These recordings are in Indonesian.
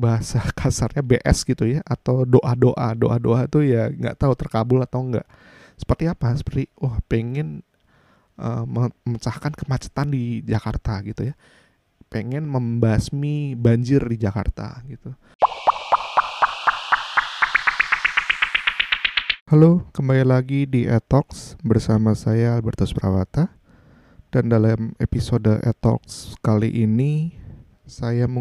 bahasa kasarnya BS gitu ya, atau doa-doa tuh ya nggak tahu terkabul atau enggak. Seperti apa? Seperti pengen memecahkan kemacetan di Jakarta gitu ya, pengen membasmi banjir di Jakarta gitu. Halo, kembali lagi di Talks bersama saya Albertus Prawata. Dan dalam episode Talks kali ini saya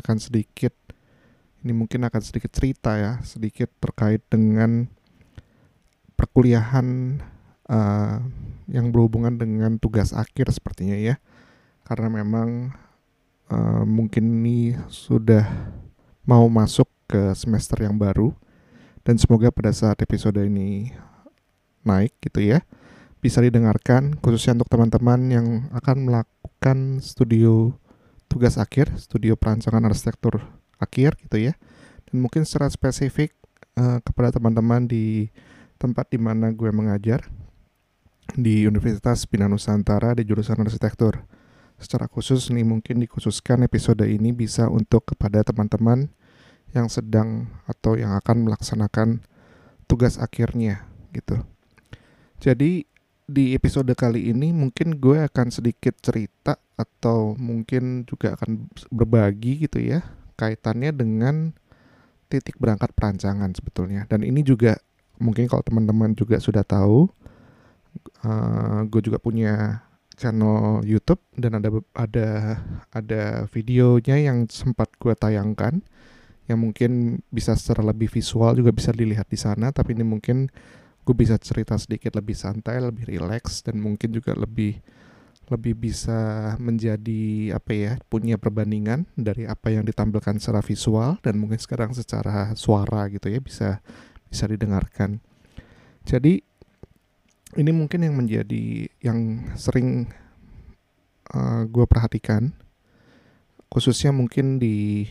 mungkin akan sedikit cerita ya, sedikit terkait dengan perkuliahan uh, yang berhubungan dengan tugas akhir sepertinya ya. Karena memang mungkin ini sudah mau masuk ke semester yang baru, dan semoga pada saat episode ini naik gitu ya, bisa didengarkan khususnya untuk teman-teman yang akan melakukan tugas akhir, studio perancangan arsitektur akhir gitu ya. Dan mungkin secara spesifik kepada teman-teman di tempat di mana gue mengajar di Universitas Bina Nusantara di jurusan arsitektur. Secara khusus nih, mungkin dikhususkan episode ini bisa untuk kepada teman-teman yang sedang atau yang akan melaksanakan tugas akhirnya gitu. Jadi di episode kali ini mungkin gue akan sedikit cerita atau mungkin juga akan berbagi gitu ya, kaitannya dengan titik berangkat perancangan sebetulnya. Dan ini juga mungkin kalau teman-teman juga sudah tahu, gue juga punya channel YouTube dan ada videonya yang sempat gue tayangkan, yang mungkin bisa secara lebih visual juga bisa dilihat di sana. Tapi ini mungkin gue bisa cerita sedikit lebih santai, lebih rileks, dan mungkin juga lebih bisa menjadi punya perbandingan dari apa yang ditampilkan secara visual dan mungkin sekarang secara suara gitu ya, bisa didengarkan. Jadi ini mungkin yang menjadi yang sering gue perhatikan, khususnya mungkin di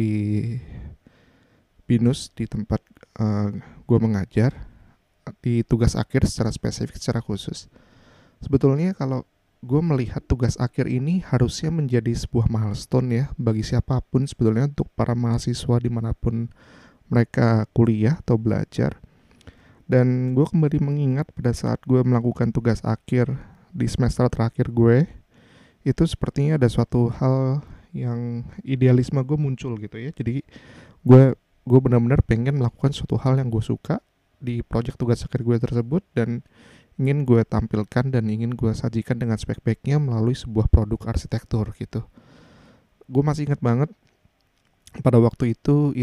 BINUS, di tempat gue mengajar, di tugas akhir secara spesifik, secara khusus. Sebetulnya kalau gue melihat tugas akhir ini harusnya menjadi sebuah milestone ya bagi siapapun sebetulnya, untuk para mahasiswa dimanapun mereka kuliah atau belajar. Dan gue kembali mengingat pada saat gue melakukan tugas akhir di semester terakhir gue, itu sepertinya ada suatu hal yang idealisme gue muncul gitu ya. Jadi gue benar-benar pengen melakukan suatu hal yang gue suka di proyek tugas akhir gue tersebut, dan ingin gue tampilkan dan ingin gue sajikan dengan spek-speknya melalui sebuah produk arsitektur gitu. Gue masih ingat banget pada waktu itu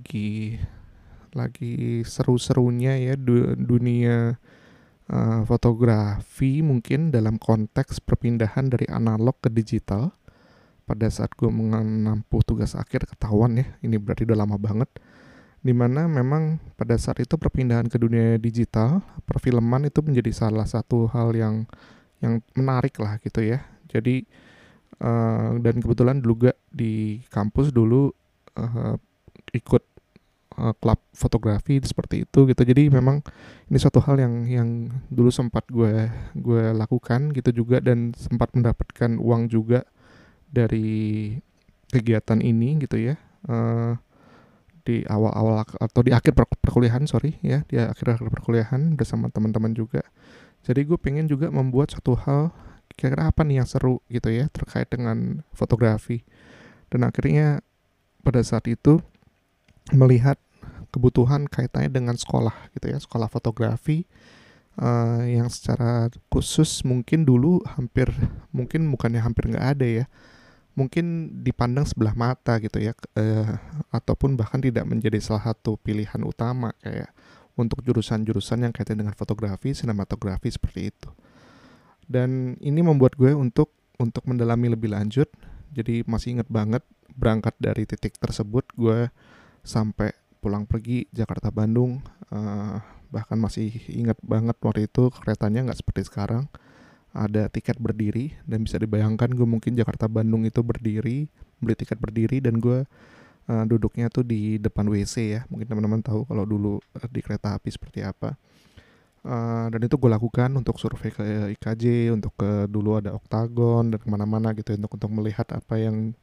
lagi seru-serunya ya dunia fotografi, mungkin dalam konteks perpindahan dari analog ke digital. Pada saat gue menempuh tugas akhir ketahuan ya, ini berarti udah lama banget, dimana memang pada saat itu perpindahan ke dunia digital, perfilman itu menjadi salah satu hal yang menarik lah gitu ya. Jadi dan kebetulan juga di kampus dulu ikut klub fotografi seperti itu gitu. Jadi memang ini suatu hal yang dulu sempat gue lakukan gitu juga, dan sempat mendapatkan uang juga dari kegiatan ini gitu ya. Di awal-awal atau di akhir perkuliahan di akhir perkuliahan bersama teman-teman juga. Jadi gue pengen juga membuat suatu hal, kira-kira apa nih yang seru gitu ya terkait dengan fotografi. Dan akhirnya pada saat itu melihat kebutuhan kaitannya dengan sekolah gitu ya, sekolah fotografi yang secara khusus mungkin dulu bukannya hampir nggak ada ya, mungkin dipandang sebelah mata gitu ya, ataupun bahkan tidak menjadi salah satu pilihan utama kayak untuk jurusan-jurusan yang kaitan dengan fotografi, sinematografi seperti itu. Dan ini membuat gue untuk mendalami lebih lanjut. Jadi masih ingat banget berangkat dari titik tersebut, gue sampai pulang pergi Jakarta Bandung, bahkan masih ingat banget waktu itu keretanya nggak seperti sekarang, ada tiket berdiri, dan bisa dibayangkan gue mungkin Jakarta Bandung itu berdiri, beli tiket berdiri, dan gue duduknya tuh di depan WC ya. Mungkin teman-teman tahu kalau dulu di kereta api seperti apa. Dan itu gue lakukan untuk survei ke IKJ, untuk dulu ada Oktagon dan kemana-mana gitu, untuk melihat apa yang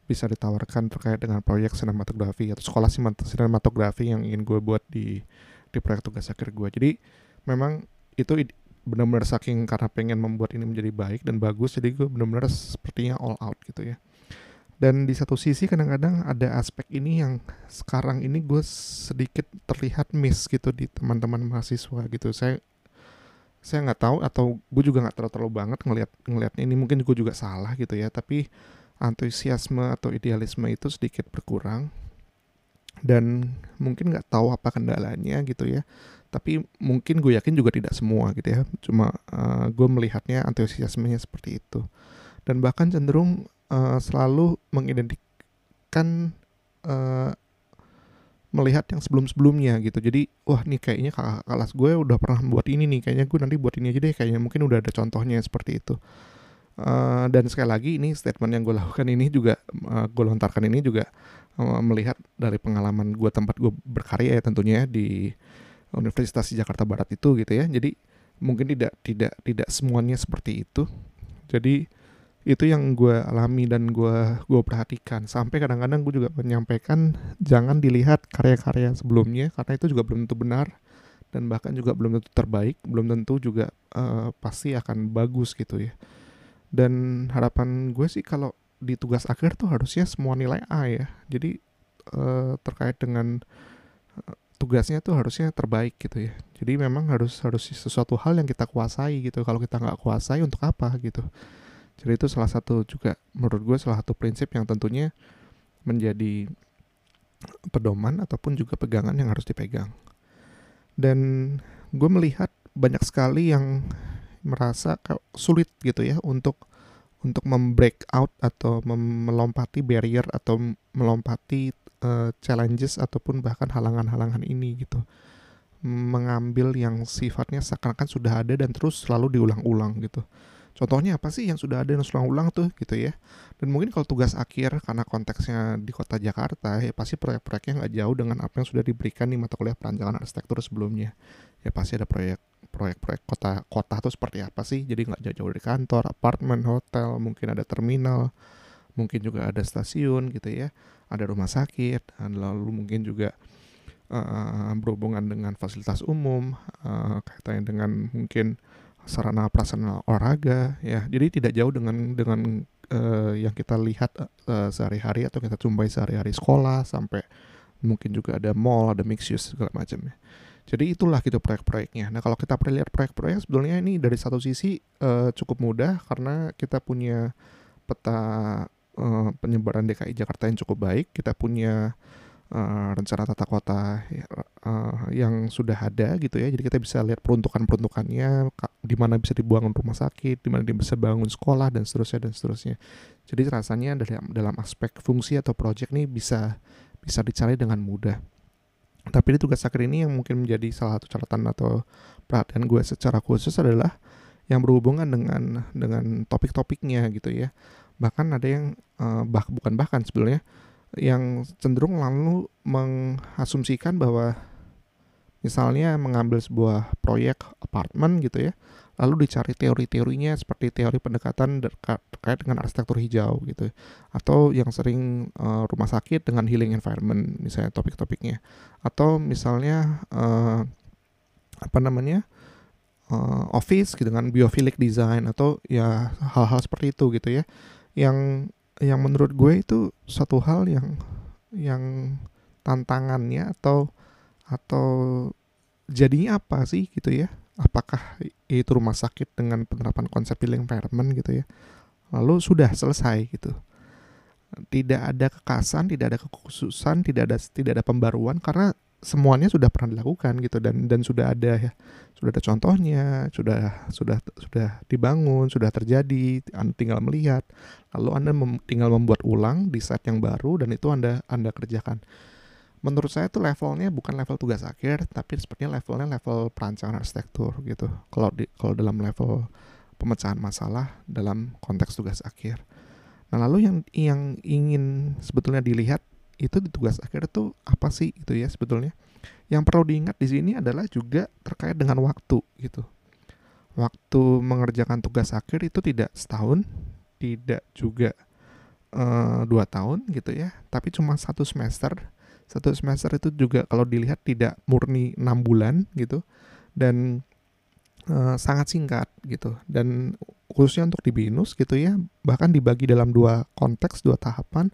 bisa ditawarkan terkait dengan proyek sinematografi atau sekolah sinematografi yang ingin gue buat di proyek tugas akhir gue. Jadi memang itu benar-benar saking karena pengen membuat ini menjadi baik dan bagus, jadi gue benar-benar sepertinya all out gitu ya. Dan di satu sisi kadang-kadang ada aspek ini yang sekarang ini gue sedikit terlihat miss gitu di teman-teman mahasiswa gitu. Saya nggak tahu, atau gue juga nggak terlalu banget ngelihatnya ini, mungkin gue juga salah gitu ya, tapi antusiasme atau idealisme itu sedikit berkurang, dan mungkin nggak tahu apa kendalanya gitu ya, tapi mungkin gue yakin juga tidak semua gitu ya, cuma gue melihatnya antusiasmenya seperti itu, dan bahkan cenderung selalu mengidentikan melihat yang sebelum-sebelumnya gitu. Jadi wah nih kayaknya kakak kelas gue udah pernah buat ini nih, kayaknya gue nanti buat ini aja deh, kayaknya mungkin udah ada contohnya seperti itu. Dan sekali lagi ini statement yang gue lakukan ini juga gue lontarkan ini juga melihat dari pengalaman gue tempat gue berkarya ya, tentunya di Universitas Jakarta Barat itu gitu ya. Jadi mungkin tidak semuanya seperti itu. Jadi itu yang gue alami dan gue perhatikan, sampai kadang-kadang gue juga menyampaikan jangan dilihat karya-karya sebelumnya karena itu juga belum tentu benar, dan bahkan juga belum tentu terbaik, belum tentu juga pasti akan bagus gitu ya. Dan harapan gue sih kalau di tugas akhir tuh harusnya semua nilai A ya. Jadi terkait dengan tugasnya tuh harusnya terbaik gitu ya. Jadi memang harus sesuatu hal yang kita kuasai gitu. Kalau kita nggak kuasai untuk apa gitu. Jadi itu salah satu juga menurut gue salah satu prinsip yang tentunya menjadi pedoman ataupun juga pegangan yang harus dipegang. Dan gue melihat banyak sekali yang merasa sulit gitu ya untuk membreak out atau melompati barrier atau melompati challenges ataupun bahkan halangan-halangan ini gitu. Mengambil yang sifatnya seakan-akan sudah ada dan terus selalu diulang-ulang gitu. Contohnya apa sih yang sudah ada dan ulang-ulang tuh gitu ya. Dan mungkin kalau tugas akhir karena konteksnya di kota Jakarta ya pasti proyek-proyeknya nggak jauh dengan apa yang sudah diberikan di mata kuliah perancangan arsitektur sebelumnya. Ya pasti ada proyek-proyek kota tuh seperti apa sih. Jadi nggak jauh-jauh dari kantor, apartemen, hotel, mungkin ada terminal, mungkin juga ada stasiun gitu ya. Ada rumah sakit, lalu mungkin juga berhubungan dengan fasilitas umum, kaitannya dengan mungkin sarana prasarana olahraga ya. Jadi tidak jauh dengan yang kita lihat sehari-hari atau kita jumpai sehari-hari, sekolah sampai mungkin juga ada mall, ada mixed use segala macam ya. Jadi itulah gitu proyek-proyeknya. Nah kalau kita lihat proyek-proyek sebetulnya ini dari satu sisi cukup mudah karena kita punya peta penyebaran DKI Jakarta yang cukup baik, kita punya rencana tata kota yang sudah ada gitu ya. Jadi kita bisa lihat peruntukannya, di mana bisa dibangun rumah sakit, di mana bisa bangun sekolah dan seterusnya. Jadi rasanya dalam aspek fungsi atau project nih bisa dicari dengan mudah. Tapi di tugas akhir ini yang mungkin menjadi salah satu catatan atau perhatian gue secara khusus adalah yang berhubungan dengan topik-topiknya gitu ya. Bahkan ada yang bukan sebenarnya, yang cenderung lalu mengasumsikan bahwa misalnya mengambil sebuah proyek apartemen gitu ya, lalu dicari teori-teorinya seperti teori pendekatan terkait dengan arsitektur hijau gitu, atau yang sering rumah sakit dengan healing environment misalnya topik-topiknya, atau misalnya office gitu dengan biophilic design, atau ya hal-hal seperti itu gitu ya, yang menurut gue itu satu hal yang tantangannya atau jadinya apa sih gitu ya, apakah itu rumah sakit dengan penerapan konsep healing environment gitu ya, lalu sudah selesai gitu, tidak ada kekasan, tidak ada kekhususan, tidak ada pembaruan karena semuanya sudah pernah dilakukan gitu, dan sudah ada contohnya, sudah dibangun, sudah terjadi, Anda tinggal melihat, lalu Anda tinggal membuat ulang di set yang baru dan itu Anda kerjakan. Menurut saya itu levelnya bukan level tugas akhir, tapi sepertinya levelnya level perancangan arsitektur gitu. Kalau dalam level pemecahan masalah dalam konteks tugas akhir. Nah, lalu yang ingin sebetulnya dilihat itu di tugas akhir itu apa sih itu ya sebetulnya. Yang perlu diingat di sini adalah juga terkait dengan waktu gitu. Waktu mengerjakan tugas akhir itu tidak setahun, tidak juga 2 tahun gitu ya, tapi cuma satu semester. Satu semester itu juga kalau dilihat tidak murni 6 bulan gitu, dan sangat singkat gitu. Dan khususnya untuk di BINUS gitu ya, bahkan dibagi dalam dua konteks, dua tahapan.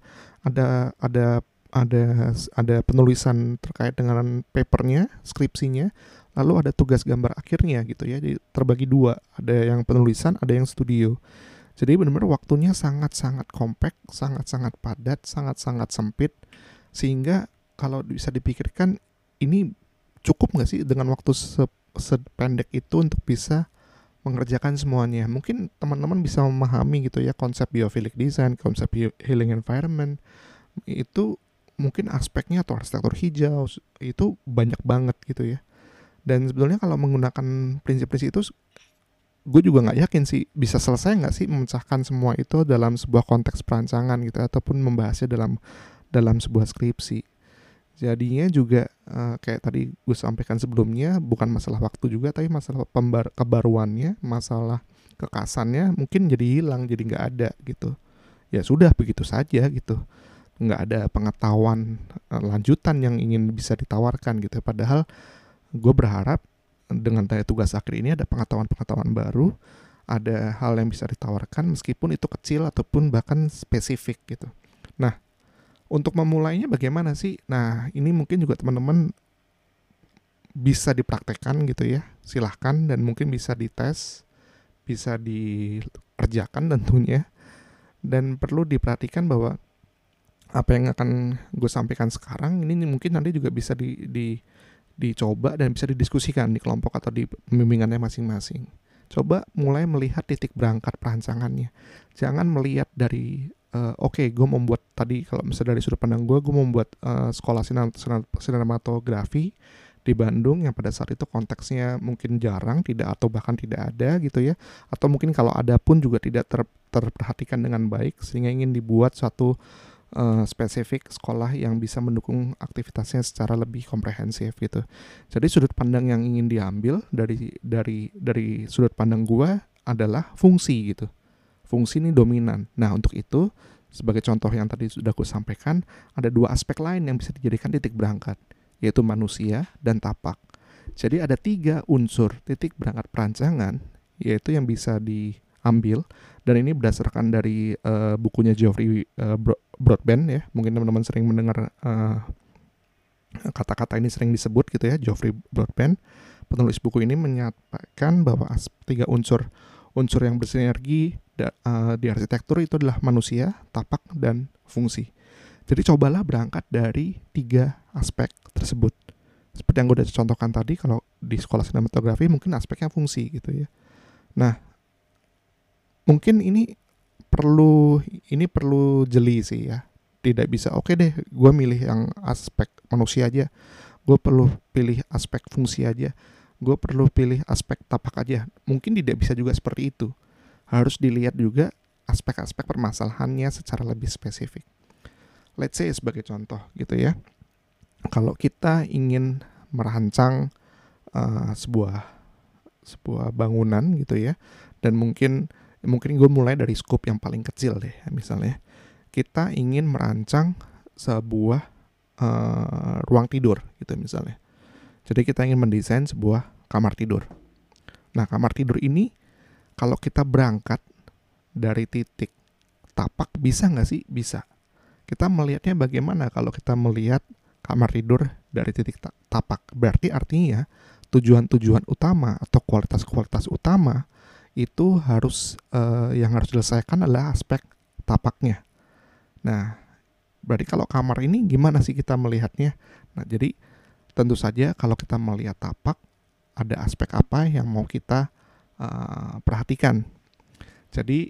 Ada penulisan terkait dengan papernya, skripsinya, lalu ada tugas gambar akhirnya gitu ya. Jadi terbagi dua, ada yang penulisan, ada yang studio. Jadi benar-benar waktunya sangat-sangat compact, sangat-sangat padat, sangat-sangat sempit, sehingga kalau bisa dipikirkan, ini cukup nggak sih dengan waktu sependek itu untuk bisa mengerjakan semuanya. Mungkin teman-teman bisa memahami gitu ya konsep biophilic design, konsep healing environment, itu mungkin aspeknya atau arsitektur hijau itu banyak banget gitu ya. Dan sebetulnya kalau menggunakan prinsip-prinsip itu, gue juga nggak yakin sih bisa selesai nggak sih memecahkan semua itu dalam sebuah konteks perancangan gitu, ataupun membahasnya dalam dalam sebuah skripsi. Jadinya juga kayak tadi gue sampaikan sebelumnya, bukan masalah waktu juga, tapi masalah kebaruannya, masalah kekasannya mungkin jadi hilang, jadi nggak ada gitu. Ya sudah begitu saja gitu, nggak ada pengetahuan lanjutan yang ingin bisa ditawarkan gitu. Padahal gue berharap dengan daya tugas akhir ini ada pengetahuan-pengetahuan baru, ada hal yang bisa ditawarkan meskipun itu kecil ataupun bahkan spesifik gitu. Nah, untuk memulainya bagaimana sih? Nah, ini mungkin juga teman-teman bisa dipraktekkan gitu ya. Silahkan, dan mungkin bisa dites, bisa dikerjakan tentunya. Dan perlu diperhatikan bahwa apa yang akan gue sampaikan sekarang ini mungkin nanti juga bisa dicoba dan bisa didiskusikan di kelompok atau di pembimbingannya masing-masing. Coba mulai melihat titik berangkat perancangannya. Jangan melihat dari oke, gue membuat tadi, kalau misalnya dari sudut pandang gue membuat sekolah sinematografi di Bandung yang pada saat itu konteksnya mungkin jarang, tidak atau bahkan tidak ada gitu ya, atau mungkin kalau ada pun juga tidak terperhatikan dengan baik, sehingga ingin dibuat suatu spesifik sekolah yang bisa mendukung aktivitasnya secara lebih komprehensif gitu. Jadi sudut pandang yang ingin diambil dari sudut pandang gua adalah fungsi gitu. Fungsi ini dominan. Nah, untuk itu sebagai contoh yang tadi sudah aku sampaikan, ada dua aspek lain yang bisa dijadikan titik berangkat, yaitu manusia dan tapak. Jadi ada 3 unsur titik berangkat perancangan, yaitu yang bisa diambil, dan ini berdasarkan dari bukunya Geoffrey Broadbent ya. Mungkin teman-teman sering mendengar kata-kata ini sering disebut gitu ya, Geoffrey Broadbent. Penulis buku ini menyatakan bahwa 3 unsur yang bersinergi di arsitektur itu adalah manusia, tapak, dan fungsi. Jadi cobalah berangkat dari 3 aspek tersebut. Seperti yang gue udah contohkan tadi, kalau di sekolah sinematografi mungkin aspeknya fungsi gitu ya. Nah, mungkin ini perlu jeli sih ya. Tidak bisa oke deh gue milih yang aspek manusia aja, gue perlu pilih aspek fungsi aja, gue perlu pilih aspek tapak aja. Mungkin tidak bisa juga seperti itu. Harus dilihat juga aspek-aspek permasalahannya secara lebih spesifik. Let's say sebagai contoh gitu ya, kalau kita ingin merancang sebuah bangunan gitu ya, dan mungkin gue mulai dari skop yang paling kecil deh. Misalnya kita ingin merancang sebuah ruang tidur gitu misalnya. Jadi kita ingin mendesain sebuah kamar tidur. Nah, kamar tidur ini kalau kita berangkat dari titik tapak, bisa nggak sih? Bisa. Kita melihatnya bagaimana kalau kita melihat kamar tidur dari titik tapak? Berarti artinya tujuan-tujuan utama atau kualitas-kualitas utama itu yang harus diselesaikan adalah aspek tapaknya. Nah, berarti kalau kamar ini gimana sih kita melihatnya? Nah, jadi tentu saja kalau kita melihat tapak, ada aspek apa yang mau kita perhatikan. Jadi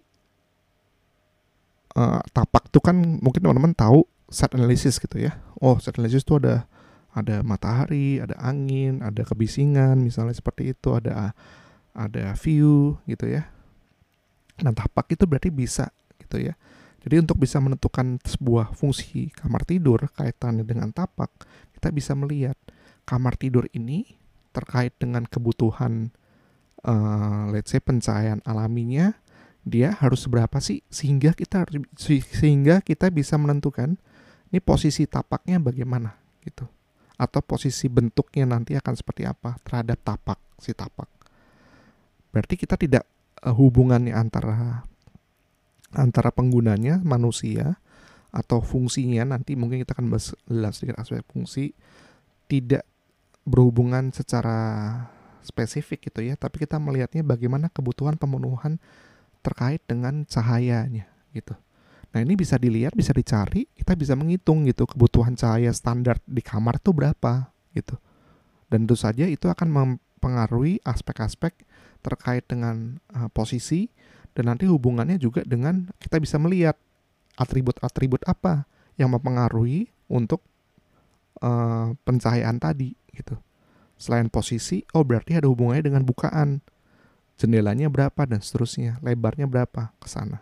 tapak itu kan mungkin teman-teman tahu site analysis gitu ya. Oh, site analysis itu ada matahari, ada angin, ada kebisingan, misalnya seperti itu, ada view gitu ya. Nah, tapak itu berarti bisa gitu ya. Jadi untuk bisa menentukan sebuah fungsi kamar tidur kaitannya dengan tapak, kita bisa melihat kamar tidur ini terkait dengan kebutuhan let's say pencahayaan alaminya Dia harus seberapa sih sehingga kita bisa menentukan ini posisi tapaknya bagaimana gitu. Atau posisi bentuknya nanti akan seperti apa terhadap si tapak. Berarti kita tidak hubungannya antara penggunanya manusia atau fungsinya, nanti mungkin kita akan bahas sedikit aspek fungsi, tidak berhubungan secara spesifik gitu ya, tapi kita melihatnya bagaimana kebutuhan pemenuhan terkait dengan cahayanya gitu. Nah, ini bisa dilihat, bisa dicari, kita bisa menghitung gitu kebutuhan cahaya standar di kamar tuh berapa gitu. Dan tentu saja itu akan mempengaruhi aspek-aspek terkait dengan posisi, dan nanti hubungannya juga dengan kita bisa melihat atribut-atribut apa yang mempengaruhi untuk pencahayaan tadi gitu. Selain posisi, berarti ada hubungannya dengan bukaan, jendelanya berapa dan seterusnya, lebarnya berapa ke sana.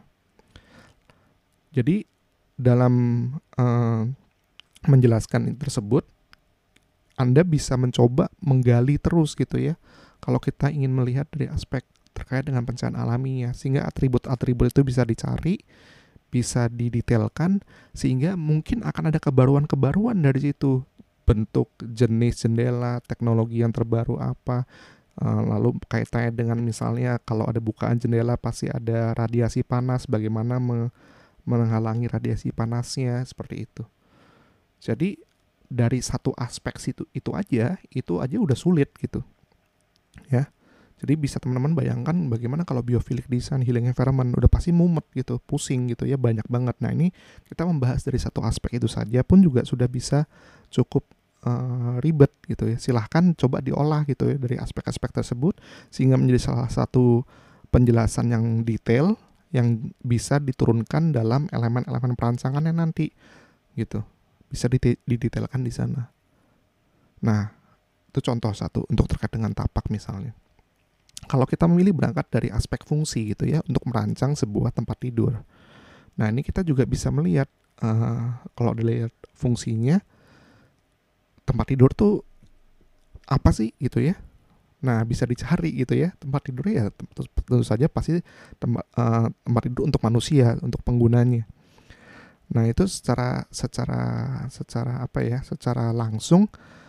Jadi dalam menjelaskan tersebut, Anda bisa mencoba menggali terus gitu ya, kalau kita ingin melihat dari aspek terkait dengan pencahayaan alaminya, sehingga atribut-atribut itu bisa dicari, bisa didetailkan, sehingga mungkin akan ada kebaruan-kebaruan dari situ. Bentuk, jenis jendela, teknologi yang terbaru apa, lalu kaitannya dengan misalnya kalau ada bukaan jendela pasti ada radiasi panas, bagaimana menghalangi radiasi panasnya, seperti itu. Jadi dari satu aspek itu aja udah sulit gitu ya. Jadi bisa teman-teman bayangkan bagaimana kalau biophilic design, healing environment, udah pasti mumet gitu, pusing gitu ya, banyak banget. Nah, ini kita membahas dari satu aspek itu saja pun juga sudah bisa cukup ribet gitu ya. Silahkan coba diolah gitu ya dari aspek-aspek tersebut, sehingga menjadi salah satu penjelasan yang detail yang bisa diturunkan dalam elemen-elemen perancangannya nanti gitu. Bisa didetailkan di sana. Nah, itu contoh satu untuk terkait dengan tapak misalnya. Kalau kita memilih berangkat dari aspek fungsi gitu ya, untuk merancang sebuah tempat tidur. Nah, ini kita juga bisa melihat kalau dilihat fungsinya, tempat tidur tuh apa sih gitu ya. Nah, bisa dicari gitu ya, tempat tidur ya tentu saja pasti tempat tidur untuk manusia, untuk penggunanya. Nah, itu secara apa ya, secara langsung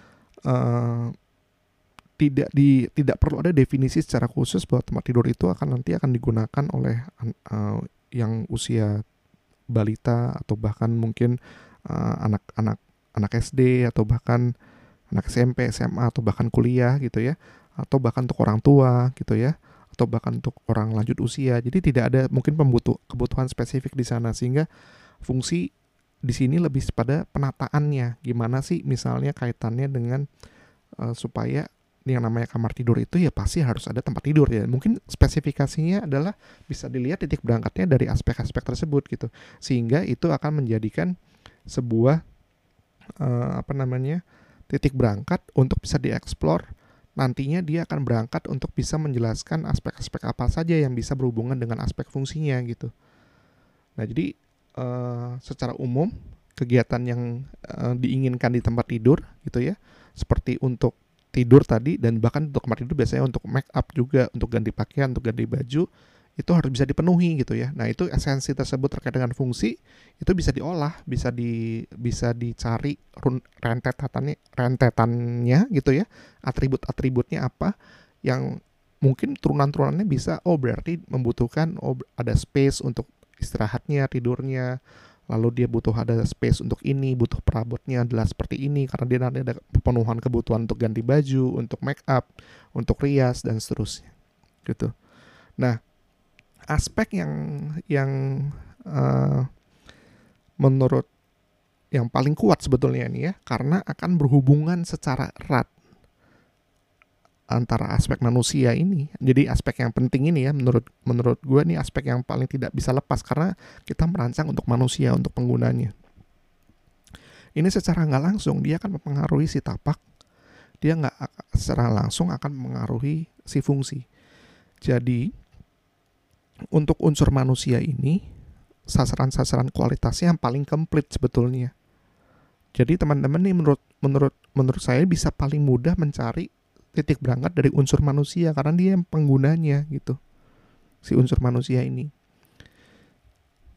tidak perlu ada definisi secara khusus bahwa tempat tidur itu nanti akan digunakan oleh yang usia balita, atau bahkan mungkin anak SD, atau bahkan anak SMP, SMA, atau bahkan kuliah gitu ya, atau bahkan untuk orang tua gitu ya, atau bahkan untuk orang lanjut usia. Jadi tidak ada mungkin kebutuhan spesifik di sana, sehingga fungsi di sini lebih pada penataannya, gimana sih misalnya kaitannya dengan supaya yang namanya kamar tidur itu ya pasti harus ada tempat tidur ya. Mungkin spesifikasinya adalah bisa dilihat titik berangkatnya dari aspek-aspek tersebut gitu, sehingga itu akan menjadikan sebuah titik berangkat untuk bisa dieksplor. Nantinya dia akan berangkat untuk bisa menjelaskan aspek-aspek apa saja yang bisa berhubungan dengan aspek fungsinya gitu. Nah, jadi secara umum kegiatan yang diinginkan di tempat tidur gitu ya, seperti untuk tidur tadi, dan bahkan untuk kamar tidur biasanya untuk make up juga, untuk ganti pakaian, untuk ganti baju, itu harus bisa dipenuhi gitu ya. Nah, itu esensi tersebut terkait dengan fungsi itu bisa diolah, bisa dicari rentetannya gitu ya, atribut-atributnya apa yang mungkin turunan-turunannya bisa berarti membutuhkan ada space untuk istirahatnya, tidurnya, lalu dia butuh ada space untuk ini, butuh perabotnya adalah seperti ini karena dia nanti ada pemenuhan kebutuhan untuk ganti baju, untuk make up, untuk rias dan seterusnya gitu. Nah, aspek yang menurut yang paling kuat sebetulnya ini ya, karena akan berhubungan secara erat antara aspek manusia ini. Jadi aspek yang penting ini ya, menurut gue nih aspek yang paling tidak bisa lepas, karena kita merancang untuk manusia, untuk penggunanya. Ini secara nggak langsung dia akan mempengaruhi si tapak, dia nggak secara langsung akan mempengaruhi si fungsi. Jadi untuk unsur manusia ini, sasaran-sasaran kualitasnya yang paling komplit sebetulnya. Jadi teman-teman nih menurut saya bisa paling mudah mencari titik berangkat dari unsur manusia, karena dia yang penggunanya gitu, si unsur manusia ini.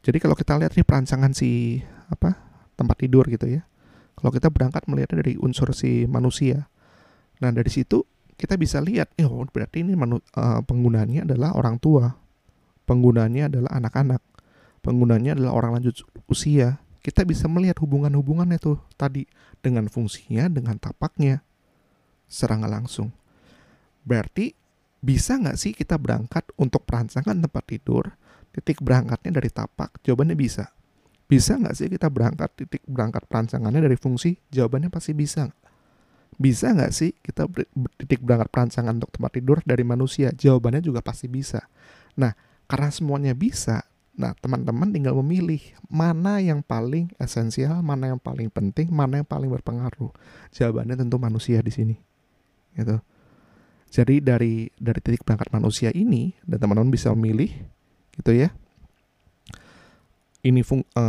Jadi kalau kita lihat nih perancangan si tempat tidur gitu ya. Kalau kita berangkat melihatnya dari unsur si manusia. Nah, dari situ kita bisa lihat, oh berarti ini penggunanya adalah orang tua. Penggunanya adalah anak-anak. Penggunanya adalah orang lanjut usia. Kita bisa melihat hubungan-hubungannya tuh tadi dengan fungsinya, dengan tapaknya secara nggak langsung. Berarti bisa nggak sih kita berangkat untuk perancangan tempat tidur, titik berangkatnya dari tapak? Jawabannya bisa. Bisa nggak sih kita titik berangkat perancangannya dari fungsi? Jawabannya pasti bisa. Bisa nggak sih kita titik berangkat perancangan untuk tempat tidur dari manusia? Jawabannya juga pasti bisa. Nah, karena semuanya bisa, nah teman-teman tinggal memilih mana yang paling esensial, mana yang paling penting, mana yang paling berpengaruh. Jawabannya tentu manusia di sini. Gitu. Jadi dari titik berangkat manusia ini, dan teman-teman bisa memilih, gitu ya. Ini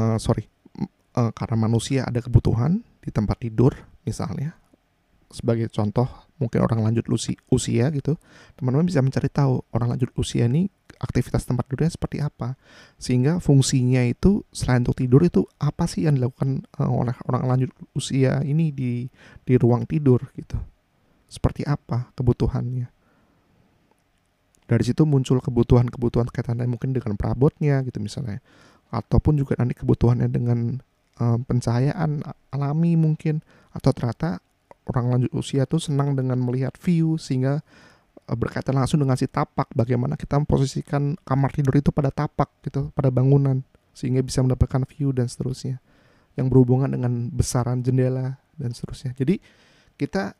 karena manusia ada kebutuhan di tempat tidur, misalnya. Sebagai contoh, mungkin orang lanjut usia gitu, teman-teman bisa mencari tahu orang lanjut usia ini aktivitas tempat tidurnya seperti apa, sehingga fungsinya itu selain untuk tidur itu apa sih yang dilakukan oleh orang lanjut usia ini di ruang tidur gitu, seperti apa kebutuhannya. Dari situ muncul kebutuhan kaitannya mungkin dengan perabotnya gitu misalnya, ataupun juga nanti kebutuhannya dengan pencahayaan alami mungkin, atau ternyata orang lanjut usia tuh senang dengan melihat view, sehingga berkaitan langsung dengan si tapak, bagaimana kita memposisikan kamar tidur itu pada tapak gitu, pada bangunan, sehingga bisa mendapatkan view dan seterusnya, yang berhubungan dengan besaran jendela dan seterusnya. Jadi kita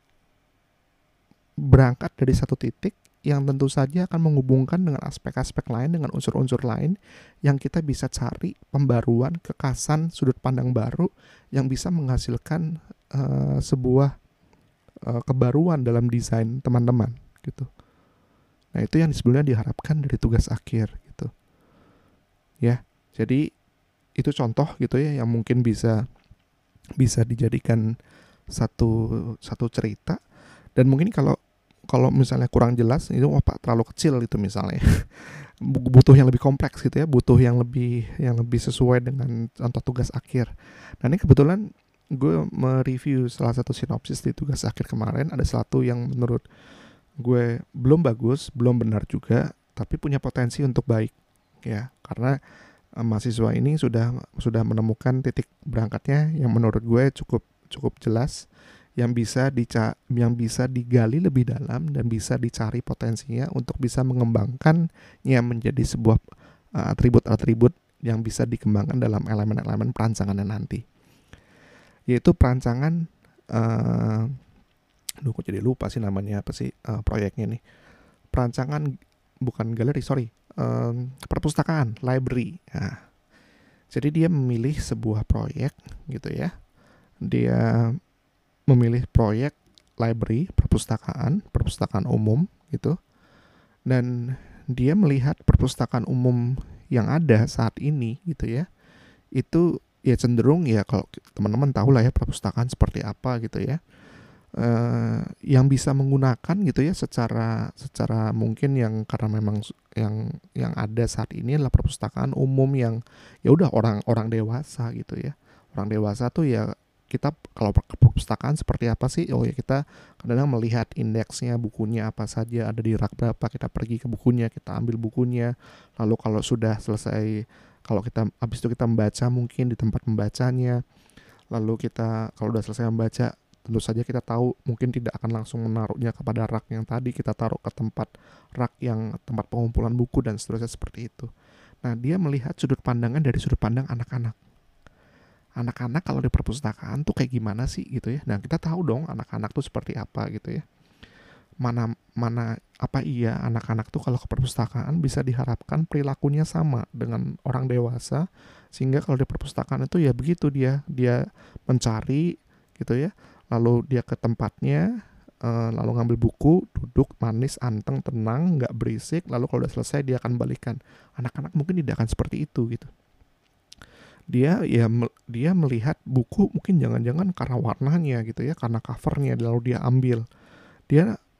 berangkat dari satu titik yang tentu saja akan menghubungkan dengan aspek-aspek lain, dengan unsur-unsur lain, yang kita bisa cari pembaruan, kekasan, sudut pandang baru yang bisa menghasilkan sebuah kebaruan dalam desain teman-teman gitu. Nah, itu yang sebenarnya diharapkan dari tugas akhir gitu. Ya. Jadi itu contoh gitu ya yang mungkin bisa dijadikan satu cerita. Dan mungkin kalau misalnya kurang jelas itu terlalu kecil gitu misalnya. Butuh yang lebih kompleks gitu ya, butuh yang lebih sesuai dengan contoh tugas akhir. Nah, ini kebetulan gue mereview salah satu sinopsis di tugas akhir kemarin. Ada satu yang menurut gue belum bagus, belum benar juga, tapi punya potensi untuk baik ya, karena mahasiswa ini sudah menemukan titik berangkatnya yang menurut gue cukup jelas, yang bisa digali lebih dalam dan bisa dicari potensinya untuk bisa mengembangkannya menjadi sebuah atribut-atribut yang bisa dikembangkan dalam elemen-elemen perancangannya nanti. Yaitu perancangan kok jadi lupa sih namanya apa sih proyeknya nih. Perancangan bukan galeri, perpustakaan, library. Nah, jadi dia memilih sebuah proyek gitu ya. Dia memilih proyek library, perpustakaan umum gitu. Dan dia melihat perpustakaan umum yang ada saat ini gitu ya. Itu ya cenderung ya, kalau teman-teman tahu lah ya perpustakaan seperti apa gitu ya, yang bisa menggunakan gitu ya secara mungkin yang karena memang yang ada saat ini adalah perpustakaan umum yang ya udah orang dewasa gitu ya. Orang dewasa tuh ya, kita kalau ke perpustakaan seperti apa sih? Oh ya, kita kadang melihat indeksnya, bukunya apa saja ada di rak berapa, kita pergi ke bukunya, kita ambil bukunya, lalu kalau sudah selesai, kalau kita habis itu kita membaca mungkin di tempat membacanya, lalu kita kalau udah selesai membaca tentu saja kita tahu mungkin tidak akan langsung menaruhnya kepada rak yang tadi, kita taruh ke tempat rak yang tempat pengumpulan buku dan seterusnya seperti itu. Nah, dia melihat sudut pandangan dari sudut pandang anak-anak. Anak-anak kalau di perpustakaan tuh kayak gimana sih gitu ya. Nah, kita tahu dong anak-anak tuh seperti apa gitu ya. Mana apa iya anak-anak tuh kalau ke perpustakaan bisa diharapkan perilakunya sama dengan orang dewasa, sehingga kalau di perpustakaan itu ya begitu, dia mencari gitu ya, lalu dia ke tempatnya, lalu ngambil buku, duduk manis, anteng, tenang, nggak berisik, lalu kalau udah selesai dia akan balikan. Anak-anak mungkin tidak akan seperti itu gitu. Dia melihat buku mungkin jangan-jangan karena warnanya gitu ya, karena covernya, lalu dia ambil. Dia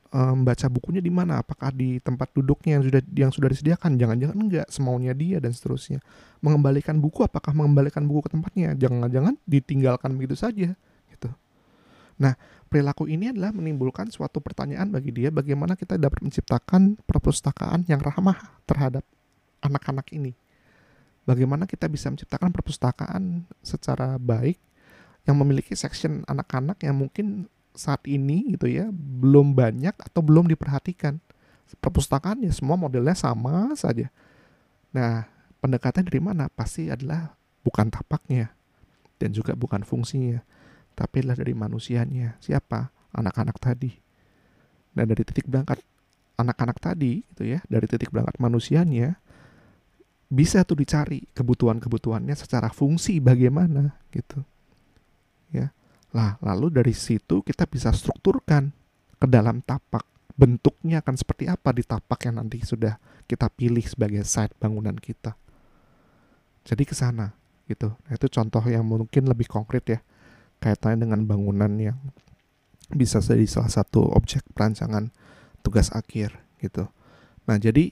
baca bukunya di mana? Apakah di tempat duduknya yang sudah disediakan? Jangan-jangan enggak, semaunya dia dan seterusnya. Mengembalikan buku, apakah mengembalikan buku ke tempatnya? Jangan-jangan ditinggalkan begitu saja, gitu. Nah, perilaku ini adalah menimbulkan suatu pertanyaan bagi dia, bagaimana kita dapat menciptakan perpustakaan yang ramah terhadap anak-anak ini. Bagaimana kita bisa menciptakan perpustakaan secara baik yang memiliki section anak-anak yang mungkin saat ini gitu ya belum banyak atau belum diperhatikan. Perpustakaan ya semua modelnya sama saja. Nah, pendekatan dari mana? Pasti adalah bukan tapaknya dan juga bukan fungsinya, tapi adalah dari manusianya. Siapa? Anak-anak tadi. Nah, dari titik berangkat anak-anak tadi gitu ya, dari titik berangkat manusianya bisa tuh dicari kebutuhan-kebutuhannya secara fungsi bagaimana gitu. Ya. Lah, lalu dari situ kita bisa strukturkan ke dalam tapak. Bentuknya akan seperti apa di tapak yang nanti sudah kita pilih sebagai site bangunan kita. Jadi ke sana gitu. Nah, itu contoh yang mungkin lebih konkret ya, kaitannya dengan bangunan yang bisa jadi salah satu objek perancangan tugas akhir gitu. Nah, jadi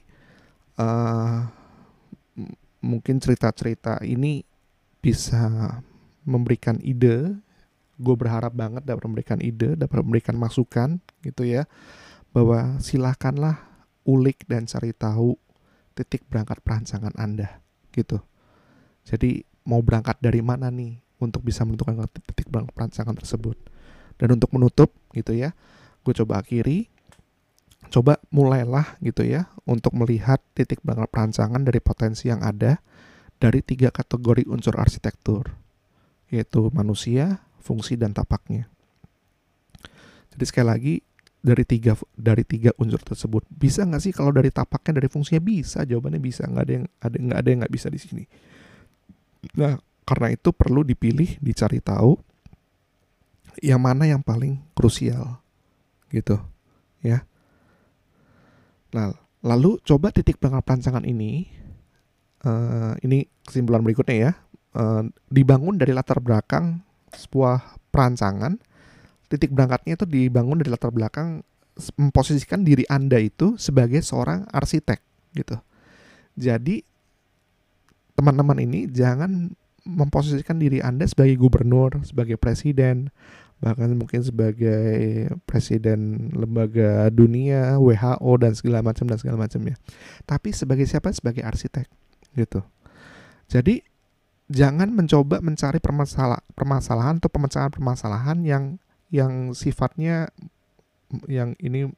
mungkin cerita-cerita ini bisa memberikan ide. Gue berharap banget dapat memberikan ide, dapat memberikan masukan gitu ya, bahwa silakanlah ulik dan cari tahu titik berangkat perancangan Anda gitu. Jadi mau berangkat dari mana nih untuk bisa menentukan titik berangkat perancangan tersebut. Dan untuk menutup gitu ya, gue coba akhiri, coba mulailah gitu ya untuk melihat titik berangkat perancangan dari potensi yang ada dari 3 kategori unsur arsitektur, yaitu manusia, fungsi, dan tapaknya. Jadi sekali lagi dari tiga unsur tersebut, bisa nggak sih kalau dari tapaknya, dari fungsinya? Bisa, jawabannya bisa. Nggak ada yang nggak bisa di sini. Nah, karena itu perlu dipilih, dicari tahu yang mana yang paling krusial, gitu, ya. Nah, lalu coba titik berangkat perancangan ini kesimpulan berikutnya ya, dibangun dari latar belakang sebuah perancangan. Titik berangkatnya itu dibangun dari latar belakang memposisikan diri Anda itu sebagai seorang arsitek gitu. Jadi teman-teman ini jangan memposisikan diri Anda sebagai gubernur, sebagai presiden, bahkan mungkin sebagai presiden lembaga dunia, WHO dan segala macamnya. Tapi sebagai siapa? Sebagai arsitek gitu. Jadi jangan mencoba mencari permasalahan atau pemecahan permasalahan yang sifatnya yang ini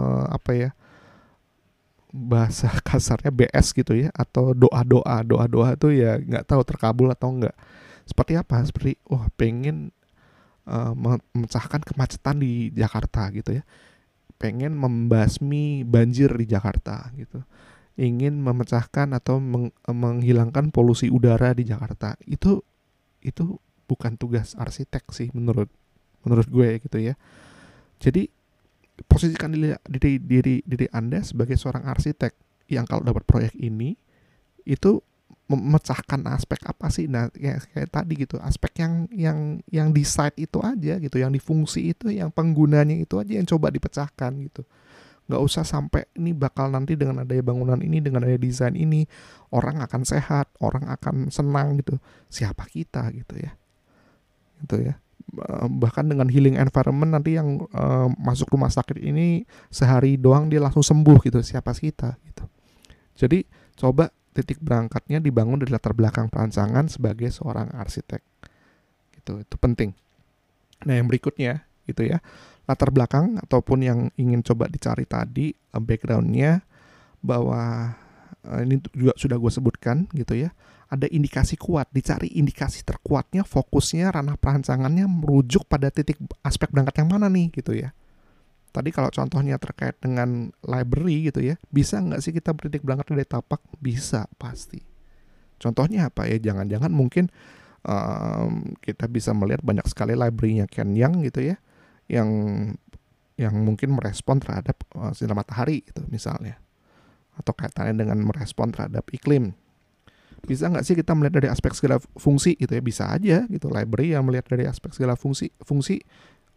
bahasa kasarnya BS gitu ya, atau doa tuh ya nggak tahu terkabul atau enggak. Seperti apa? Seperti pengen memecahkan kemacetan di Jakarta gitu ya, pengen membasmi banjir di Jakarta gitu, ingin memecahkan atau menghilangkan polusi udara di Jakarta. Itu bukan tugas arsitek sih menurut gue gitu ya. Jadi posisikan diri Anda sebagai seorang arsitek yang kalau dapat proyek ini itu memecahkan aspek apa sih? Nah, kayak tadi gitu, aspek yang di site itu aja gitu, yang di fungsi itu, yang penggunanya itu aja yang coba dipecahkan gitu. Nggak usah sampai ini bakal nanti dengan adanya bangunan ini, dengan adanya desain ini, orang akan sehat, orang akan senang gitu. Siapa kita gitu ya? Gitu ya. Bahkan dengan healing environment nanti yang masuk rumah sakit ini sehari doang dia langsung sembuh gitu. Siapa kita gitu. Jadi coba titik berangkatnya dibangun dari latar belakang perancangan sebagai seorang arsitek. Gitu, itu penting. Nah, yang berikutnya gitu ya, latar belakang ataupun yang ingin coba dicari tadi backgroundnya, bahwa ini juga sudah gue sebutkan gitu ya, ada indikasi kuat, dicari indikasi terkuatnya, fokusnya, ranah perancangannya merujuk pada titik aspek berangkat yang mana nih gitu ya. Tadi kalau contohnya terkait dengan library gitu ya, bisa nggak sih kita bertitik berangkat dari tapak? Bisa, pasti. Contohnya apa ya? Jangan-jangan mungkin kita bisa melihat banyak sekali library-nya Ken Yang gitu ya, yang mungkin merespon terhadap sinar matahari gitu misalnya, atau kaitannya dengan merespon terhadap iklim. Bisa nggak sih kita melihat dari aspek segala fungsi gitu ya? Bisa aja gitu, library yang melihat dari aspek segala fungsi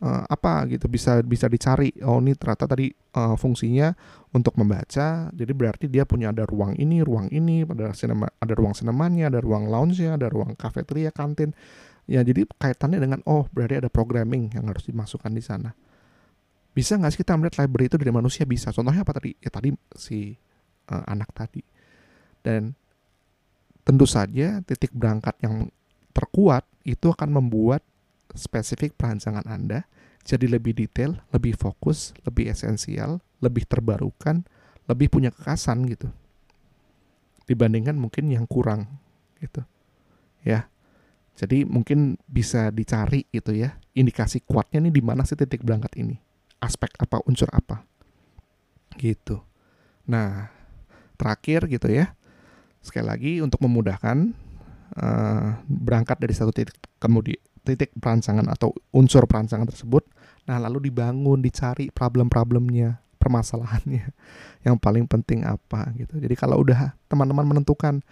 apa gitu, bisa dicari. Oh, ini ternyata tadi fungsinya untuk membaca, jadi berarti dia punya ada ruang ini, ada ruang sinemanya, ada ruang lounge-nya, ada ruang kafeteria, kantin. Ya, jadi kaitannya dengan berarti ada programming yang harus dimasukkan di sana. Bisa nggak sih kita melihat library itu dari manusia? Bisa. Contohnya apa tadi? Ya tadi si anak tadi. Dan tentu saja titik berangkat yang terkuat itu akan membuat spesifik perancangan Anda jadi lebih detail, lebih fokus, lebih esensial, lebih terbarukan, lebih punya kekasan gitu. Dibandingkan mungkin yang kurang gitu. Ya. Jadi mungkin bisa dicari gitu ya. Indikasi kuatnya nih di mana sih titik berangkat ini? Aspek apa, unsur apa? Gitu. Nah, terakhir gitu ya. Sekali lagi untuk memudahkan berangkat dari satu titik titik perancangan atau unsur perancangan tersebut, nah lalu dibangun, dicari problem-problemnya, permasalahannya, yang paling penting apa gitu. Jadi kalau udah teman-teman menentukan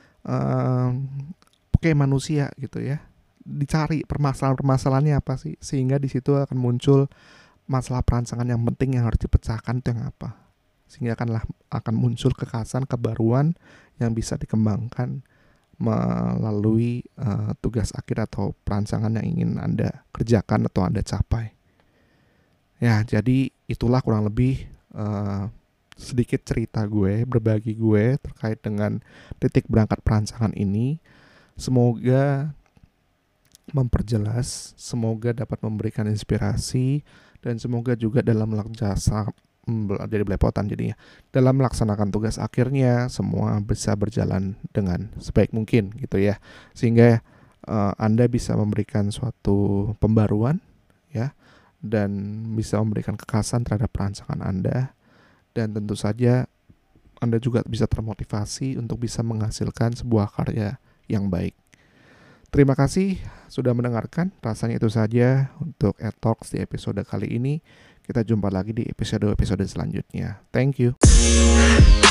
manusia gitu ya, dicari permasalahan-permasalahannya apa sih, sehingga di situ akan muncul masalah perancangan yang penting yang harus dipecahkan itu yang apa, sehingga akan muncul kekhasan, kebaruan yang bisa dikembangkan melalui tugas akhir atau perancangan yang ingin Anda kerjakan atau Anda capai. Ya, jadi itulah kurang lebih sedikit cerita berbagi gue terkait dengan titik berangkat perancangan ini. Semoga memperjelas, semoga dapat memberikan inspirasi, dan semoga juga dalam jadi belepotan jadinya. Dalam melaksanakan tugas akhirnya semua bisa berjalan dengan sebaik mungkin gitu ya. Sehingga Anda bisa memberikan suatu pembaruan ya, dan bisa memberikan kekhasan terhadap perancangan Anda, dan tentu saja Anda juga bisa termotivasi untuk bisa menghasilkan sebuah karya yang baik. Terima kasih sudah mendengarkan. Rasanya itu saja untuk Talks di episode kali ini. Kita jumpa lagi di episode selanjutnya. Thank you.